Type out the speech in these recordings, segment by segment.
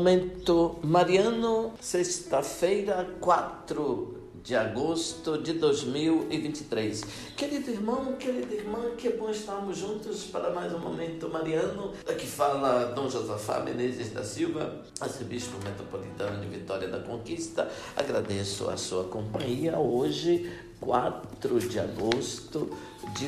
Momento Mariano, sexta-feira, 4 de agosto de 2023. Querido irmão, querida irmã, que bom estarmos juntos para mais um Momento Mariano. Aqui fala Dom Josafá Menezes da Silva, arcebispo metropolitano de Vitória da Conquista. Agradeço a sua companhia hoje, 4 de agosto de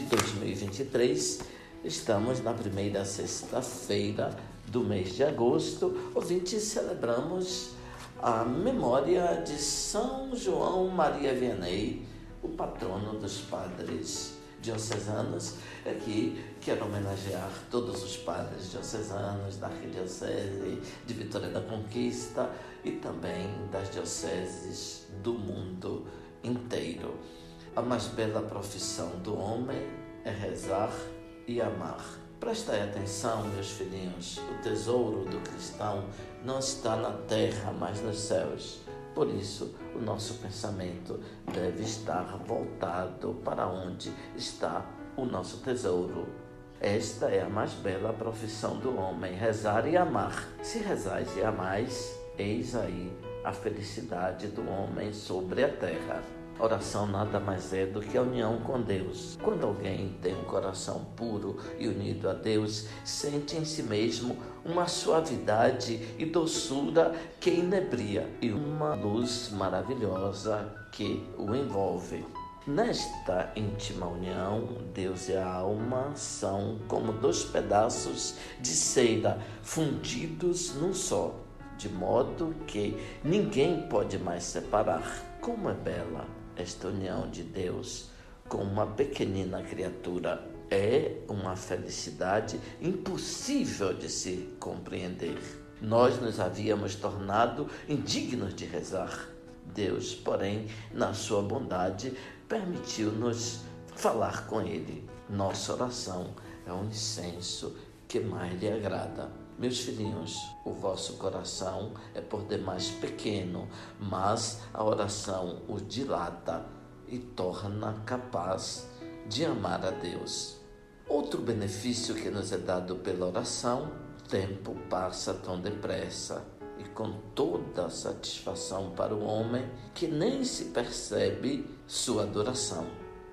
2023. Estamos na primeira sexta-feira do mês de agosto. Ouvintes, celebramos a memória de São João Maria Vianney, o patrono dos padres diocesanos. Aqui quero homenagear todos os padres diocesanos da Arquidiocese de Vitória da Conquista e também das dioceses do mundo inteiro. A mais bela profissão do homem é rezar e amar. Prestai atenção, meus filhinhos, o tesouro do cristão não está na terra, mas nos céus. Por isso, o nosso pensamento deve estar voltado para onde está o nosso tesouro. Esta é a mais bela profissão do homem, rezar e amar. Se rezais e amais, eis aí a felicidade do homem sobre a terra. Oração nada mais é do que a união com Deus. Quando alguém tem um coração puro e unido a Deus, sente em si mesmo uma suavidade e doçura que inebria e uma luz maravilhosa que o envolve. Nesta íntima união, Deus e a alma são como dois pedaços de cera fundidos num só, de modo que ninguém pode mais separar. Como é bela esta união de Deus com uma pequenina criatura! É uma felicidade impossível de se compreender. Nós nos havíamos tornado indignos de rezar. Deus, porém, na sua bondade, permitiu-nos falar com Ele. Nossa oração é um incenso que mais lhe agrada. Meus filhinhos, o vosso coração é por demais pequeno, mas a oração o dilata e torna capaz de amar a Deus. Outro benefício que nos é dado pela oração: o tempo passa tão depressa e com toda a satisfação para o homem que nem se percebe sua duração.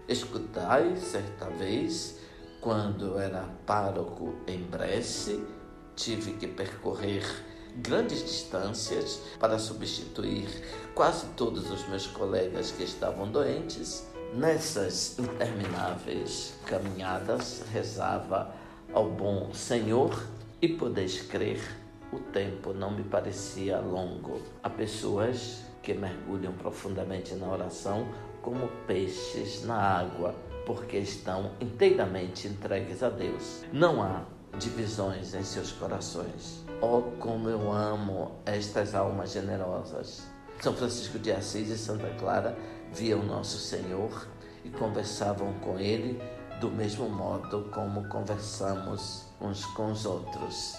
Escutai certa vez, quando eu era pároco em Bresse, tive que percorrer grandes distâncias para substituir quase todos os meus colegas que estavam doentes. Nessas intermináveis caminhadas, rezava ao bom Senhor e, podeis crer, o tempo não me parecia longo. Há pessoas que mergulham profundamente na oração como peixes na água, porque estão inteiramente entregues a Deus. Não há divisões em seus corações. Oh, como eu amo estas almas generosas! São Francisco de Assis e Santa Clara viam nosso Senhor e conversavam com Ele do mesmo modo como conversamos uns com os outros.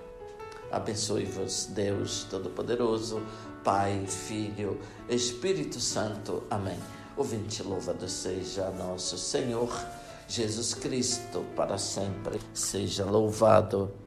Abençoe-vos Deus Todo-Poderoso, Pai, Filho, Espírito Santo. Amém. Ouvinte, louvado seja nosso Senhor Jesus Cristo, para sempre seja louvado.